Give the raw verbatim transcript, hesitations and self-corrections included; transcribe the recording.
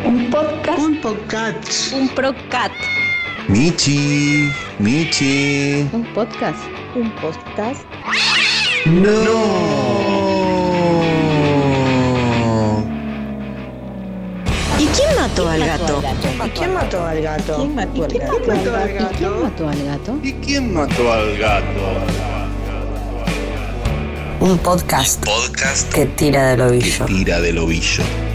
Un podcast. Un podcast. Un procat. Michi, Michi. Un podcast. Un podcast. No. ¿Y quién mató al gato? ¿Y quién mató al gato? ¿Quién mató al gato? ¿Quién mató al gato? ¿Y quién mató al gato? ¿Y quién mató al gato? Un podcast. Podcast que tira del ovillo. que tira del ovillo.